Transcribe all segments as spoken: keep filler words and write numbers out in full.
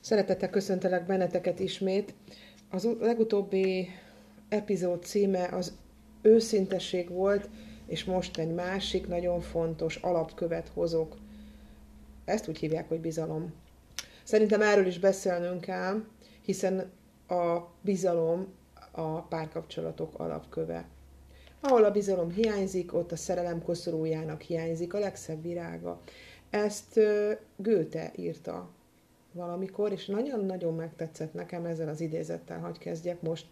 Szeretettel köszöntelek benneteket ismét. Az legutóbbi epizód címe az őszintesség volt, és most egy másik nagyon fontos alapkövet hozok. Ezt úgy hívják, hogy bizalom. Szerintem erről is beszélnünk kell, hiszen a bizalom a párkapcsolatok alapköve. Ahol a bizalom hiányzik, ott a szerelem koszorújának hiányzik a legszebb virága. Ezt Goethe írta valamikor, és nagyon-nagyon megtetszett nekem, ezzel az idézettel hadd kezdjek most.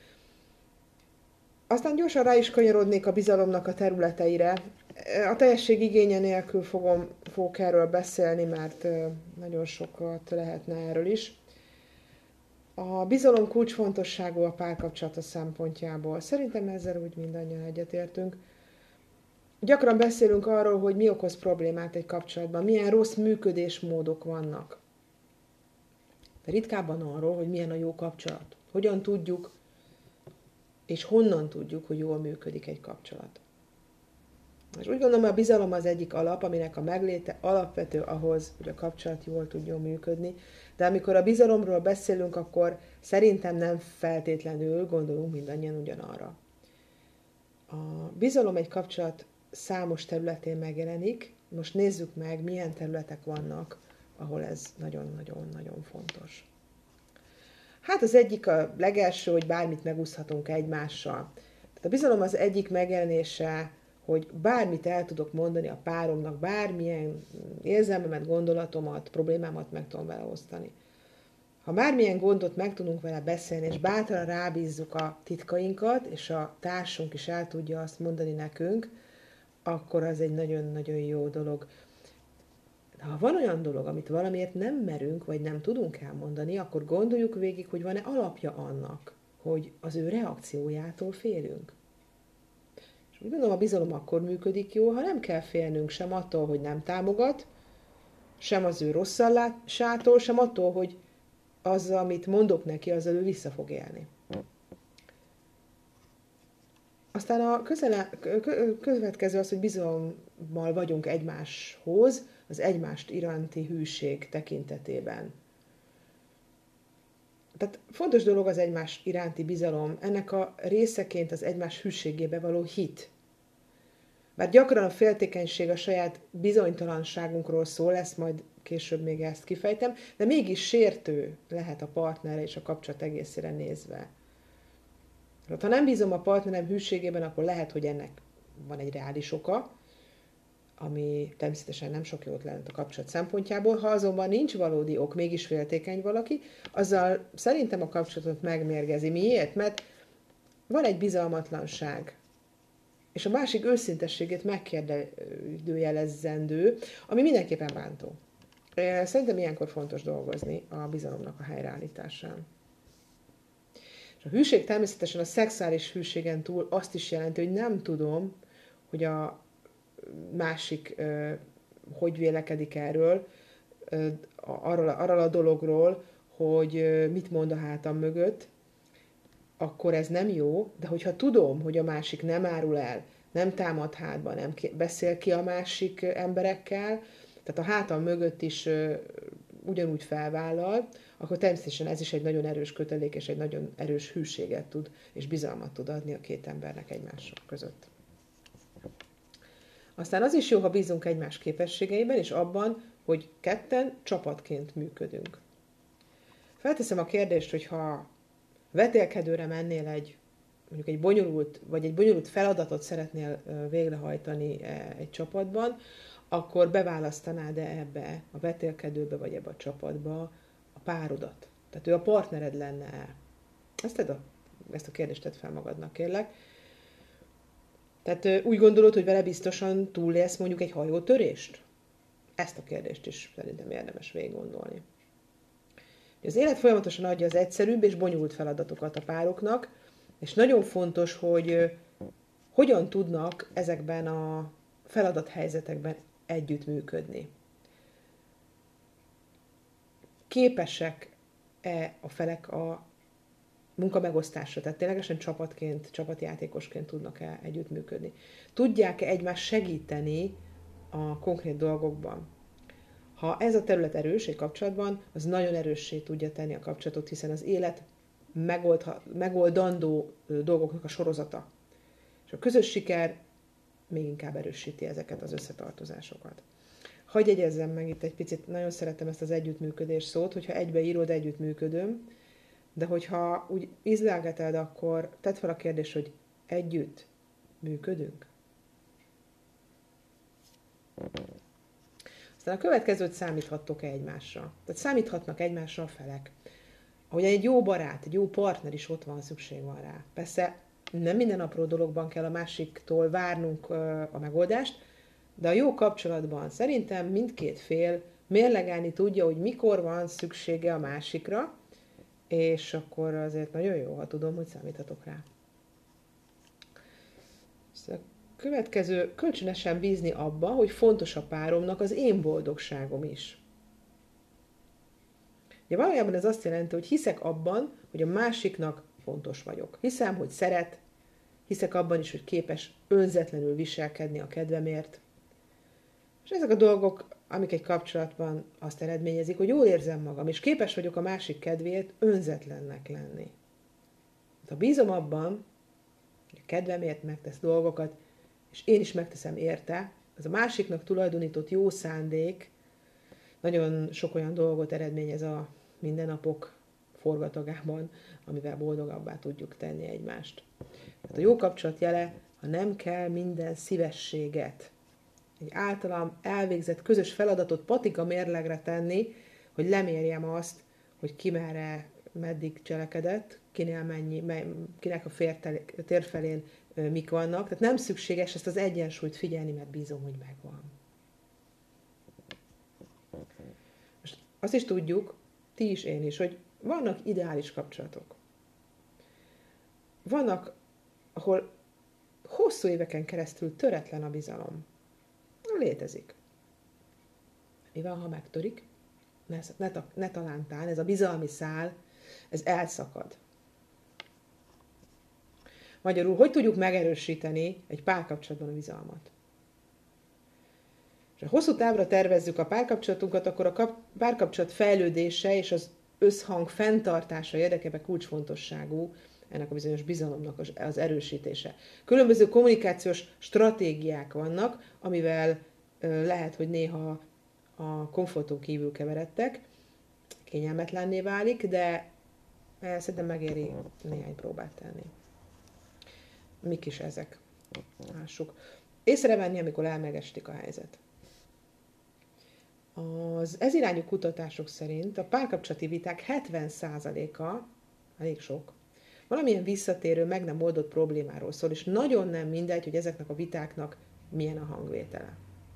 Aztán gyorsan rá is kanyarodnék a bizalomnak a területeire. A teljesség igénye nélkül fogom, fogok erről beszélni, mert nagyon sokat lehetne erről is. A bizalom kulcsfontosságú a párkapcsolata szempontjából. Szerintem ezzel úgy mindannyian egyetértünk. Gyakran beszélünk arról, hogy mi okoz problémát egy kapcsolatban, milyen rossz működésmódok vannak. De ritkábban arról, hogy milyen a jó kapcsolat. Hogyan tudjuk, és honnan tudjuk, hogy jól működik egy kapcsolat. És úgy gondolom, hogy a bizalom az egyik alap, aminek a megléte alapvető ahhoz, hogy a kapcsolat jól tudjon működni. De amikor a bizalomról beszélünk, akkor szerintem nem feltétlenül gondolunk mindannyian ugyanarra. A bizalom egy kapcsolat számos területén megjelenik. Most nézzük meg, milyen területek vannak, ahol ez nagyon-nagyon-nagyon fontos. Hát az egyik a legelső, hogy bármit megúszhatunk egymással. Tehát a bizalom az egyik megjelenése, hogy bármit el tudok mondani a páromnak, bármilyen érzelmemet, gondolatomat, problémámat meg tudom vele osztani. Ha bármilyen gondot meg tudunk vele beszélni, és bátran rábízzuk a titkainkat, és a társunk is el tudja azt mondani nekünk, akkor az egy nagyon-nagyon jó dolog. Ha van olyan dolog, amit valamiért nem merünk, vagy nem tudunk elmondani, akkor gondoljuk végig, hogy van-e alapja annak, hogy az ő reakciójától félünk. És úgy gondolom, a bizalom akkor működik jó, ha nem kell félnünk sem attól, hogy nem támogat, sem az ő rosszallásától, sem attól, hogy az, amit mondok neki, azzal ő vissza fog élni. Aztán a közele, következő az, hogy bizalommal vagyunk egymáshoz, az egymást iránti hűség tekintetében. Tehát fontos dolog az egymás iránti bizalom, ennek a részeként az egymás hűségébe való hit. Bár gyakran a féltékenység a saját bizonytalanságunkról szól, ezt majd később még ezt kifejtem, de mégis sértő lehet a partnerre és a kapcsolat egészére nézve. Ha nem bízom a partnerem hűségében, akkor lehet, hogy ennek van egy reális oka, ami természetesen nem sok jót jelent a kapcsolat szempontjából. Ha azonban nincs valódi ok, mégis féltékeny valaki, azzal szerintem a kapcsolatot megmérgezi. Miért? Mert van egy bizalmatlanság, és a másik őszintességét megkérdőjelezzendő, ami mindenképpen bántó. Szerintem ilyenkor fontos dolgozni a bizalomnak a helyreállításán. És a hűség természetesen a szexuális hűségen túl azt is jelenti, hogy nem tudom, hogy a másik uh, hogy vélekedik erről, uh, arról, arról a dologról, hogy uh, mit mond a hátam mögött, akkor ez nem jó, de hogyha tudom, hogy a másik nem árul el, nem támad hátba, nem beszél ki a másik emberekkel, tehát a hátam mögött is uh, ugyanúgy felvállal, akkor természetesen ez is egy nagyon erős kötelék, és egy nagyon erős hűséget tud, és bizalmat tud adni a két embernek egymás között. Aztán az is jó, ha bízunk egymás képességeiben, és abban, hogy ketten csapatként működünk. Felteszem a kérdést, hogy ha vetélkedőre mennél egy, mondjuk egy bonyolult, vagy egy bonyolult feladatot szeretnél végrehajtani egy csapatban, akkor beválasztanád-e ebbe a vetélkedőbe, vagy ebbe a csapatba a párodat? Tehát ő a partnered lenne-e? Ezt, a, ezt a kérdést tedd fel magadnak, kérlek. Tehát úgy gondolod, hogy vele biztosan túlélsz mondjuk egy hajótörést? Ezt a kérdést is szerintem érdemes végig gondolni. Az élet folyamatosan adja az egyszerűbb és bonyolult feladatokat a pároknak, és nagyon fontos, hogy hogyan tudnak ezekben a feladathelyzetekben együttműködni. Képesek-e a felek a munkamegosztásra, tehát ténylegesen csapatként, csapatjátékosként tudnak-e együttműködni. Tudják-e egymást segíteni a konkrét dolgokban? Ha ez a terület erős egy kapcsolatban, az nagyon erőssé tudja tenni a kapcsolatot, hiszen az élet megoldha, megoldandó dolgoknak a sorozata. És a közös siker még inkább erősíti ezeket az összetartozásokat. Hagy jegyezzem meg itt egy picit, nagyon szeretem ezt az együttműködés szót, hogyha egybeírod, együttműködöm, de hogyha úgy ízlelgeted, akkor tedd fel a kérdést, hogy együtt működünk. Aztán a következőt számíthattok-e egymásra? Tehát számíthatnak egymásra a felek. Ahogyan egy jó barát, egy jó partner is ott van, szükség van rá. Persze nem minden apró dologban kell a másiktól várnunk a megoldást, de a jó kapcsolatban szerintem mindkét fél mérlegelni tudja, hogy mikor van szüksége a másikra, és akkor azért nagyon jó, ha tudom, hogy számíthatok rá. Szóval a következő, kölcsönösen bízni abba, hogy fontos a páromnak az én boldogságom is. Ugye valójában ez azt jelenti, hogy hiszek abban, hogy a másiknak fontos vagyok. Hiszem, hogy szeret, hiszek abban is, hogy képes önzetlenül viselkedni a kedvemért. És ezek a dolgok, amik egy kapcsolatban azt eredményezik, hogy jól érzem magam, és képes vagyok a másik kedvéért önzetlennek lenni. Ha bízom abban, hogy a kedvemért megtesz dolgokat, és én is megteszem érte, az a másiknak tulajdonított jó szándék nagyon sok olyan dolgot eredményez a mindennapok forgatagában, amivel boldogabbá tudjuk tenni egymást. Tehát a jó kapcsolat jele, ha nem kell minden szívességet, egy általam elvégzett közös feladatot patika mérlegre tenni, hogy lemérjem azt, hogy ki merre, meddig cselekedett, kinél mennyi, kinek a térfelén mik vannak. Tehát nem szükséges ezt az egyensúlyt figyelni, mert bízom, hogy megvan. Most azt is tudjuk, ti is, én is, hogy vannak ideális kapcsolatok. Vannak, ahol hosszú éveken keresztül töretlen a bizalom. Létezik. Mi van, ha megtörik? Ne, ne, ne talántán, ez a bizalmi szál, ez elszakad. Magyarul, hogy tudjuk megerősíteni egy párkapcsolatban a bizalmat? És ha hosszú távra tervezzük a párkapcsolatunkat, akkor a kap, párkapcsolat fejlődése és az összhang fenntartása érdekében kulcsfontosságú ennek a bizonyos bizalomnak az, az erősítése. Különböző kommunikációs stratégiák vannak, amivel ö, lehet, hogy néha a komforton kívül keveredtek, kényelmetlenné válik, de eh, szerintem megéri néhány próbát tenni. Mik is ezek? Lássuk. Észrevenni, amikor elmegestik a helyzet. Az ezirányú kutatások szerint a párkapcsolati viták hetven százaléka, elég sok, valamilyen visszatérő, meg nem oldott problémáról szól, és nagyon nem mindegy, hogy ezeknek a vitáknak milyen a hangvétele.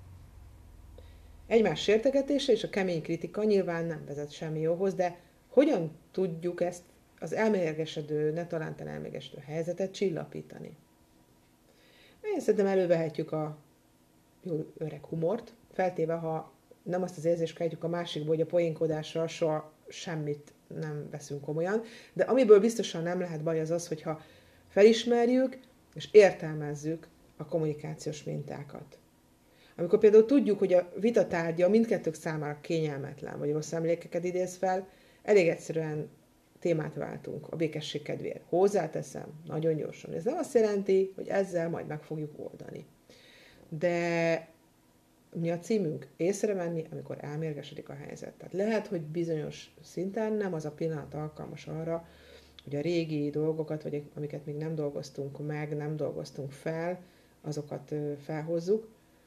Egymás sértegetése és a kemény kritika nyilván nem vezet semmi jóhoz, de hogyan tudjuk ezt az elmérgesedő, ne talántán elmérgesedő helyzetet csillapítani? Én szerintem elővehetjük a jó öreg humort, feltéve, ha nem azt az érzést keltjük a másikból, hogy a poénkodással soha semmit nem veszünk komolyan, de amiből biztosan nem lehet baj az az, hogyha felismerjük és értelmezzük a kommunikációs mintákat. Amikor például tudjuk, hogy a vita tárgya mindkettők számára kényelmetlen, vagy rossz emlékeket idéz fel, elég egyszerűen témát váltunk a békesség kedvéért. Hozzáteszem, nagyon gyorsan. Ez nem azt jelenti, hogy ezzel majd meg fogjuk oldani. De mi a címünk? Észrevenni, amikor elmérgesedik a helyzet. Tehát lehet, hogy bizonyos szinten nem az a pillanat alkalmas arra, hogy a régi dolgokat, vagy amiket még nem dolgoztunk meg, nem dolgoztunk fel, azokat felhozzuk.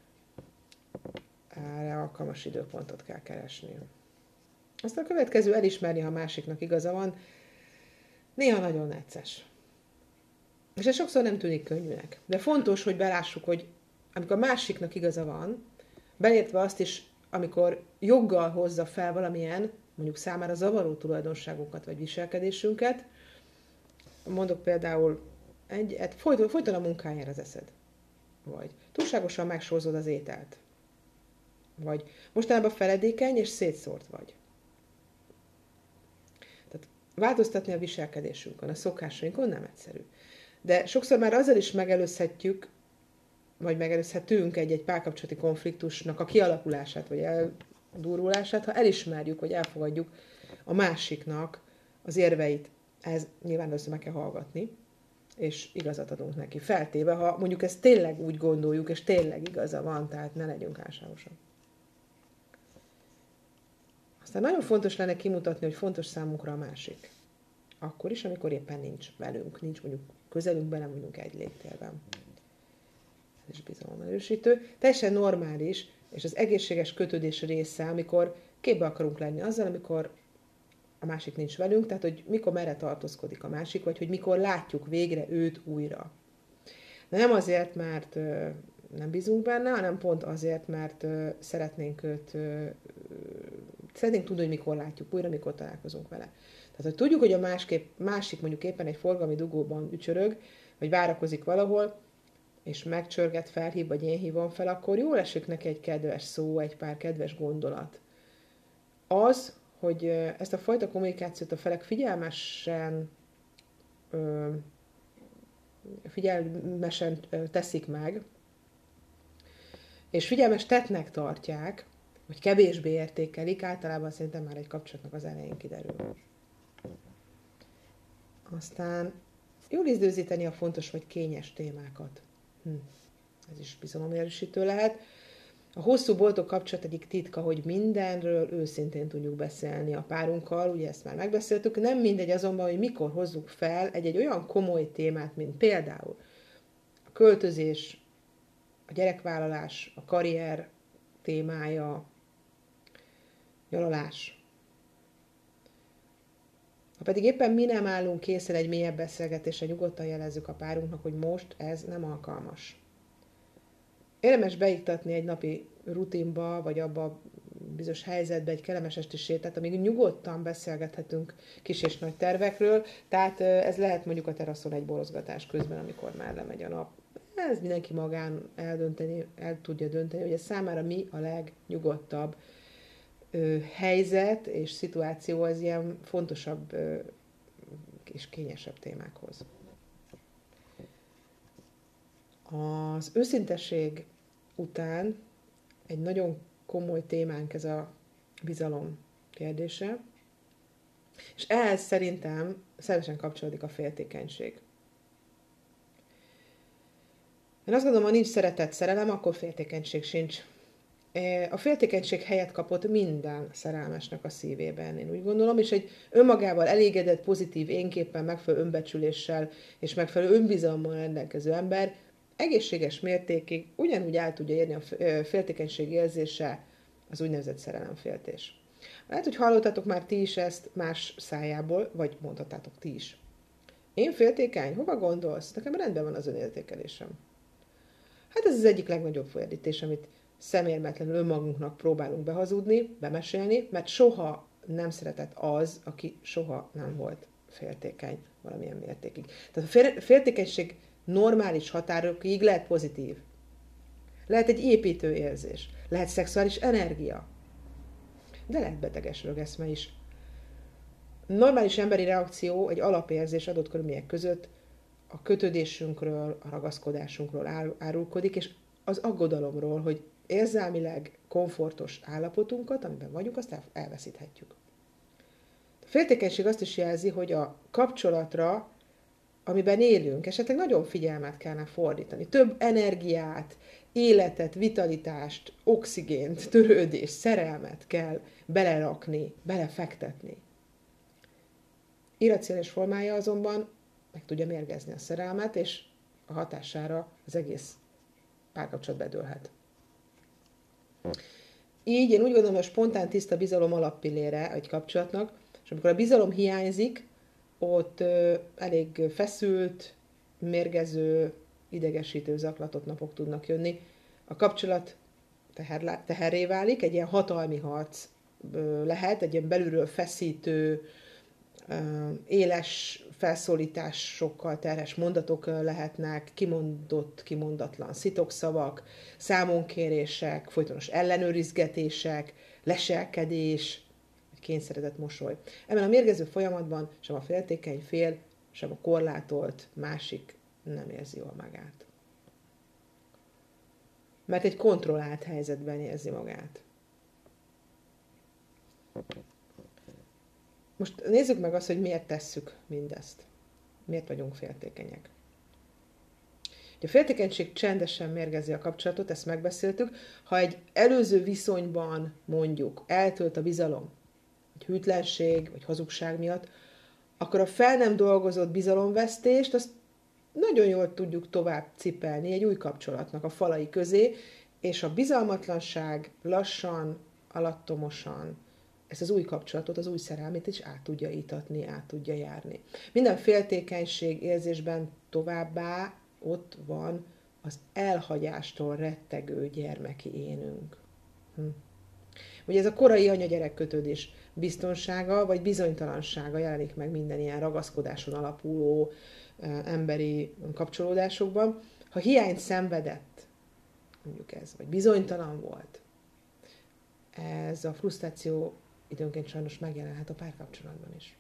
Erre alkalmas időpontot kell keresni. Aztán a következő elismerni, ha másiknak igaza van, néha nagyon necces. És ez sokszor nem tűnik könnyűnek. De fontos, hogy belássuk, hogy amikor a másiknak igaza van, beleértve azt is, amikor joggal hozza fel valamilyen, mondjuk számára zavaró tulajdonságokat vagy viselkedésünket, mondok például, egy, folyton, folyton a munkájára az eszed. Vagy túlságosan megsózod az ételt. Vagy mostanában feledékeny és szétszórt vagy. Tehát változtatni a viselkedésünkön, a szokásainkon nem egyszerű. De sokszor már azzal is megelőzhetjük, vagy megelőzhetünk egy-egy párkapcsolati konfliktusnak a kialakulását, vagy durulását, ha elismerjük, hogy elfogadjuk a másiknak az érveit. Ez nyilván össze meg kell hallgatni, és igazat adunk neki. Feltéve, ha mondjuk ezt tényleg úgy gondoljuk, és tényleg igaza van, tehát ne legyünk álságosak. Aztán nagyon fontos lenne kimutatni, hogy fontos számunkra a másik. Akkor is, amikor éppen nincs velünk, nincs mondjuk közelünkben, nem mondjuk egy légtérben. Ez is bizalomerősítő. Teljesen normális, és az egészséges kötődés része, amikor képbe akarunk lenni azzal, amikor a másik nincs velünk, tehát hogy mikor merre tartózkodik a másik, vagy hogy mikor látjuk végre őt újra. De nem azért, mert ö, nem bízunk benne, hanem pont azért, mert ö, szeretnénk őt, ö, szeretnénk tudni, hogy mikor látjuk újra, mikor találkozunk vele. Tehát, hogy tudjuk, hogy a másképp, másik mondjuk éppen egy forgalmi dugóban ücsörög, vagy várakozik valahol, és megcsörget, felhív, vagy én hívom fel, akkor jól esik neki egy kedves szó, egy pár kedves gondolat. Az, hogy ezt a fajta kommunikációt a felek figyelmesen, figyelmesen teszik meg, és figyelmes tettnek tartják, vagy kevésbé értékelik, általában szerintem már egy kapcsolatnak az elején kiderül. Aztán jól időzíteni a fontos vagy kényes témákat. Hm. Ez is bizalomerősítő lehet. A hosszú boldog kapcsolat egyik titka, hogy mindenről őszintén tudjuk beszélni a párunkkal, ugye ezt már megbeszéltük, nem mindegy azonban, hogy mikor hozzuk fel egy-egy olyan komoly témát, mint például a költözés, a gyerekvállalás, a karrier témája, nyaralás. Ha pedig éppen mi nem állunk készen egy mélyebb beszélgetésre, nyugodtan jelezzük a párunknak, hogy most ez nem alkalmas. Érdemes beiktatni egy napi rutinba, vagy abba a bizonyos helyzetbe egy kellemes esti sétát, amíg nyugodtan beszélgethetünk kis és nagy tervekről, tehát ez lehet mondjuk a teraszon egy borozgatás közben, amikor már lemegy a nap. Ez mindenki magán eldönteni, el tudja dönteni, hogy ez számára mi a legnyugodtabb ö, helyzet és szituáció az ilyen fontosabb ö, és kényesebb témákhoz. Az őszintesség után egy nagyon komoly témánk ez a bizalom kérdése, és ehhez szerintem szervesen kapcsolódik a féltékenység. Én azt gondolom, ha nincs szeretet, szerelem, akkor féltékenység sincs. A féltékenység helyet kapott minden szerelmesnek a szívében, én úgy gondolom, és egy önmagával elégedett, pozitív énképpen, megfelelő önbecsüléssel és megfelelő önbizalommal rendelkező ember egészséges mértékig ugyanúgy el tudja érni a féltékenység érzése az úgynevezett szerelemféltés. Lehet, hogy hallottatok már ti is ezt más szájából, vagy mondhatátok ti is. Én féltékeny? Hova gondolsz? Nekem rendben van az önértékelésem. Hát ez az egyik legnagyobb fordítés, amit szemérmetlenül önmagunknak próbálunk behazudni, bemesélni, mert soha nem szeretett az, aki soha nem volt féltékeny valamilyen mértékig. Tehát a féltékenység normális határokig lehet pozitív. Lehet egy építő érzés. Lehet szexuális energia. De lehet beteges rögeszme is. Normális emberi reakció egy alapérzés adott körülmények között a kötődésünkről, a ragaszkodásunkról árulkodik, és az aggodalomról, hogy érzelmileg komfortos állapotunkat, amiben vagyunk, azt elveszíthetjük. A féltékenység azt is jelzi, hogy a kapcsolatra, amiben élünk, esetleg nagyon figyelmet kellene fordítani. Több energiát, életet, vitalitást, oxigént, törődést, szerelmet kell belerakni, belefektetni. Irracionális formája azonban meg tudja mérgezni a szerelmet, és a hatására az egész párkapcsolat bedőlhet. Így én úgy gondolom, hogy a spontán tiszta bizalom alappillére egy kapcsolatnak, és amikor a bizalom hiányzik, ott ö, elég feszült, mérgező, idegesítő, zaklatott napok tudnak jönni. A kapcsolat teher, teherré válik, egy ilyen hatalmi harc ö, lehet, egy ilyen belülről feszítő, ö, éles felszólításokkal terhes mondatok lehetnek, kimondott, kimondatlan szitokszavak, számonkérések, folytonos ellenőrizgetések, leselkedés, kényszeredett mosoly. Ebben a mérgező folyamatban sem a féltékeny fél, sem a korlátolt másik nem érzi jól magát. Mert egy kontrollált helyzetben érzi magát. Most nézzük meg azt, hogy miért tesszük mindezt. Miért vagyunk féltékenyek. A féltékenység csendesen mérgezi a kapcsolatot, ezt megbeszéltük. Ha egy előző viszonyban mondjuk eltölt a bizalom, egy hűtlenség vagy hazugság miatt, akkor a fel nem dolgozott bizalomvesztést azt nagyon jól tudjuk tovább cipelni egy új kapcsolatnak a falai közé, és a bizalmatlanság lassan, alattomosan ezt az új kapcsolatot, az új szerelmét is át tudja ítatni, át tudja járni. Minden féltékenység érzésben továbbá ott van az elhagyástól rettegő gyermeki énünk. Hm. Ugye ez a korai anya-gyerek kötődés biztonsága vagy bizonytalansága jelenik meg minden ilyen ragaszkodáson alapuló emberi kapcsolódásokban. Ha hiányt szenvedett, mondjuk ez, vagy bizonytalan volt, ez a frusztráció időnként sajnos megjelenhet a párkapcsolatban is.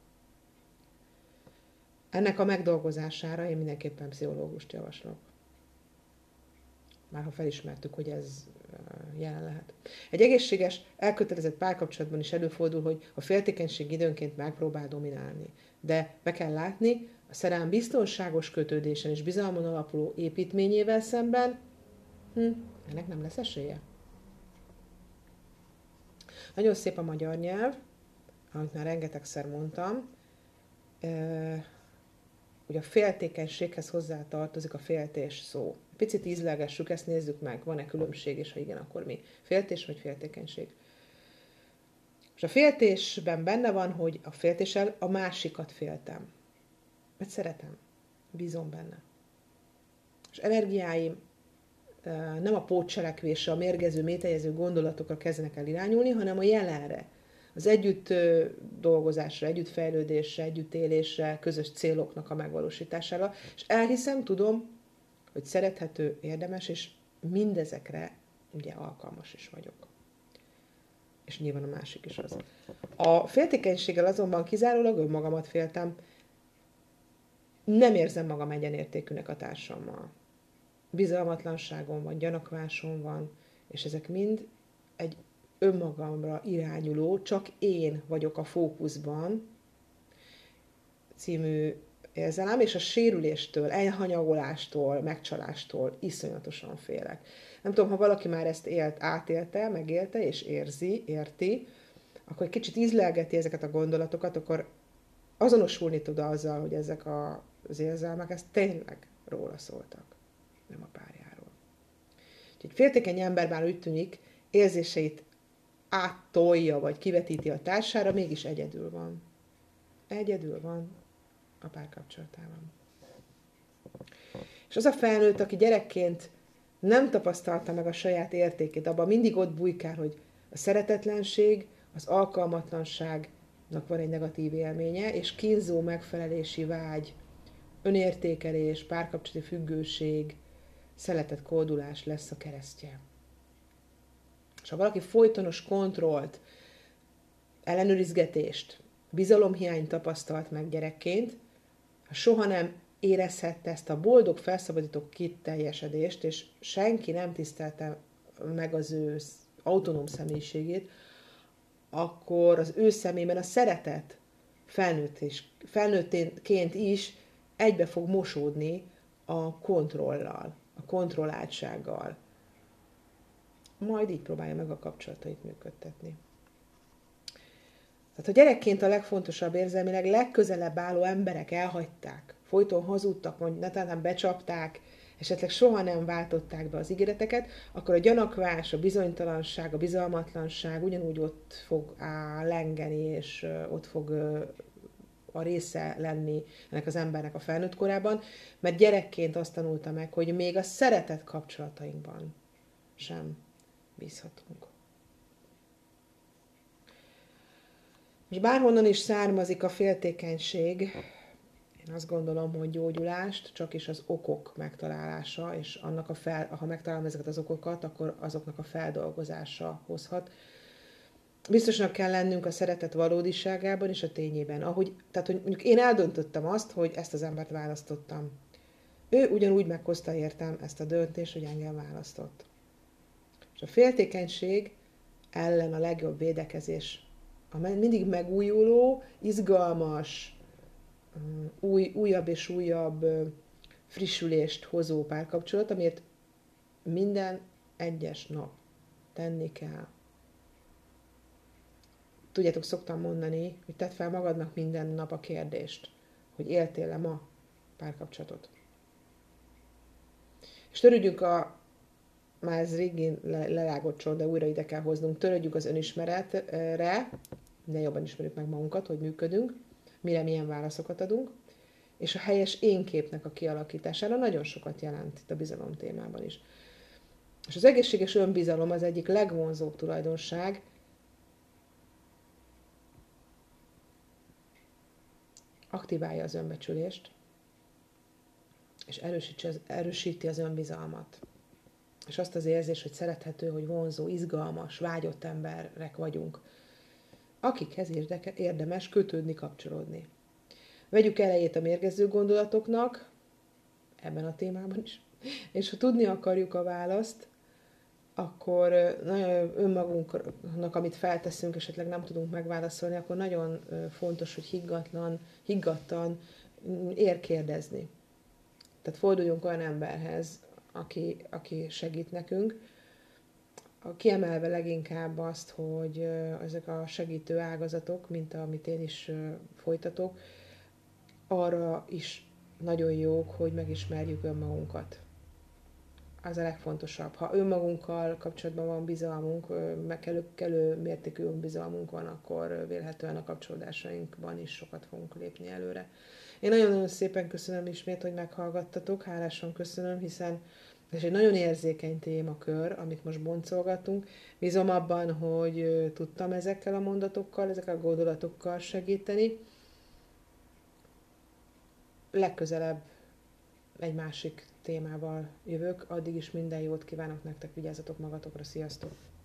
Ennek a megdolgozására én mindenképpen pszichológust javaslok. Már ha felismertük, hogy ez jelen lehet. Egy egészséges, elkötelezett párkapcsolatban is előfordul, hogy a féltékenység időnként megpróbál dominálni. De be kell látni, a szerelem biztonságos kötődésen és bizalmon alapuló építményével szemben hm, ennek nem lesz esélye. Nagyon szép a magyar nyelv, amit már rengetegszer mondtam. Ugye a féltékenységhez hozzá tartozik a féltés szó. Picit ízlelgessük, ezt nézzük meg, van-e különbség, és ha igen, akkor mi? Féltés vagy féltékenység? És a féltésben benne van, hogy a féltéssel a másikat féltem. Mert szeretem, bízom benne. És energiáim nem a pótcselekvésre, a mérgező, mételjező gondolatokra kezdenek el irányulni, hanem a jelenre, az együtt dolgozásra, együttfejlődésre, együttélésre, közös céloknak a megvalósítására, és elhiszem, tudom, hogy szerethető, érdemes, és mindezekre ugye alkalmas is vagyok. És nyilván a másik is az. A féltékenységgel azonban kizárólag önmagamat féltem, nem érzem magam egyenértékűnek a társammal. Bizalmatlanságom van, gyanakvásom van, és ezek mind egy önmagamra irányuló, csak én vagyok a fókuszban című érzelem, és a sérüléstől, elhanyagolástól, megcsalástól iszonyatosan félek. Nem tudom, ha valaki már ezt élt, átélte, megélte, és érzi, érti, akkor egy kicsit ízlelgeti ezeket a gondolatokat, akkor azonosulni tud azzal, hogy ezek a, az érzelmek, ezt tényleg róla szóltak, nem a párjáról. Egy féltékeny ember már úgy tűnik, érzéseit áttolja, vagy kivetíti a társára, mégis egyedül van. Egyedül van a párkapcsolatában. És az a felnőtt, aki gyerekként nem tapasztalta meg a saját értékét, abban mindig ott bujkál, hogy a szeretetlenség, az alkalmatlanságnak van egy negatív élménye, és kínzó megfelelési vágy, önértékelés, párkapcsolati függőség, szeretet koldulás lesz a keresztje. És ha valaki folytonos kontrollt, ellenőrizgetést, bizalomhiányt tapasztalt meg gyerekként, ha soha nem érezhette ezt a boldog, felszabadító kiteljesedést, és senki nem tisztelte meg az ő autonóm személyiségét, akkor az ő szemében a szeretet felnőtt és, felnőttként is egybe fog mosódni a kontrollal, a kontrolláltsággal. Majd így próbálja meg a kapcsolatait működtetni. Tehát a gyerekként a legfontosabb érzelmileg legközelebb álló emberek elhagyták, folyton hazudtak, vagy netán becsapták, esetleg soha nem váltották be az ígéreteket, akkor a gyanakvás, a bizonytalanság, a bizalmatlanság ugyanúgy ott fog á, lengeni, és ott fog a része lenni ennek az embernek a felnőtt korában, mert gyerekként azt tanulta meg, hogy még a szeretet kapcsolatainkban sem bízhatunk. És bárhonnan is származik a féltékenység, én azt gondolom, hogy gyógyulást csak is az okok megtalálása, és annak a fel, ha megtalálom ezeket az okokat, akkor azoknak a feldolgozása hozhat. Biztosnak kell lennünk a szeretet valódiságában és a tényében. Ahogy, tehát, hogy mondjuk én eldöntöttem azt, hogy ezt az embert választottam. Ő ugyanúgy meghozta értem ezt a döntést, hogy engem választott. És a féltékenység ellen a legjobb védekezés a mindig megújuló, izgalmas, új, újabb és újabb frissülést hozó párkapcsolat, amit minden egyes nap tenni kell. Tudjátok, szoktam mondani, hogy tedd fel magadnak minden nap a kérdést, hogy éltél-e ma párkapcsolatot. És törődjünk a, már ez régén lelágott sor, de újra ide kell hoznunk, törődjünk az önismeretre, de jobban ismerjük meg magunkat, hogy működünk, mire milyen válaszokat adunk, és a helyes énképnek a kialakítására nagyon sokat jelent itt a bizalom témában is. És az egészséges önbizalom az egyik legvonzóbb tulajdonság, aktiválja az önbecsülést, és az, erősíti az önbizalmat. És azt az érzés, hogy szerethető, hogy vonzó, izgalmas, vágyott emberek vagyunk, akikhez érdemes kötődni, kapcsolódni. Vegyük elejét a mérgező gondolatoknak, ebben a témában is, és ha tudni akarjuk a választ, akkor nagyon önmagunknak, amit felteszünk, esetleg nem tudunk megválaszolni, akkor nagyon fontos, hogy higgatlan, higgadtan érkérdezni. Tehát forduljunk olyan emberhez, aki, aki segít nekünk, kiemelve leginkább azt, hogy ezek a segítő ágazatok, mint amit én is folytatok, arra is nagyon jók, hogy megismerjük önmagunkat. Az a legfontosabb. Ha önmagunkkal kapcsolatban van bizalmunk, meg kellő, kellő mértékű önbizalmunk van, akkor vélhetően a kapcsolódásainkban is sokat fogunk lépni előre. Én nagyon-nagyon szépen köszönöm ismét, hogy meghallgattatok, hálásan köszönöm, hiszen ez egy nagyon érzékeny témakör, amit most boncolgatunk. Bízom abban, hogy tudtam ezekkel a mondatokkal, ezekkel a gondolatokkal segíteni. Legközelebb egy másik témával jövök, addig is minden jót kívánok nektek, vigyázzatok magatokra, sziasztok!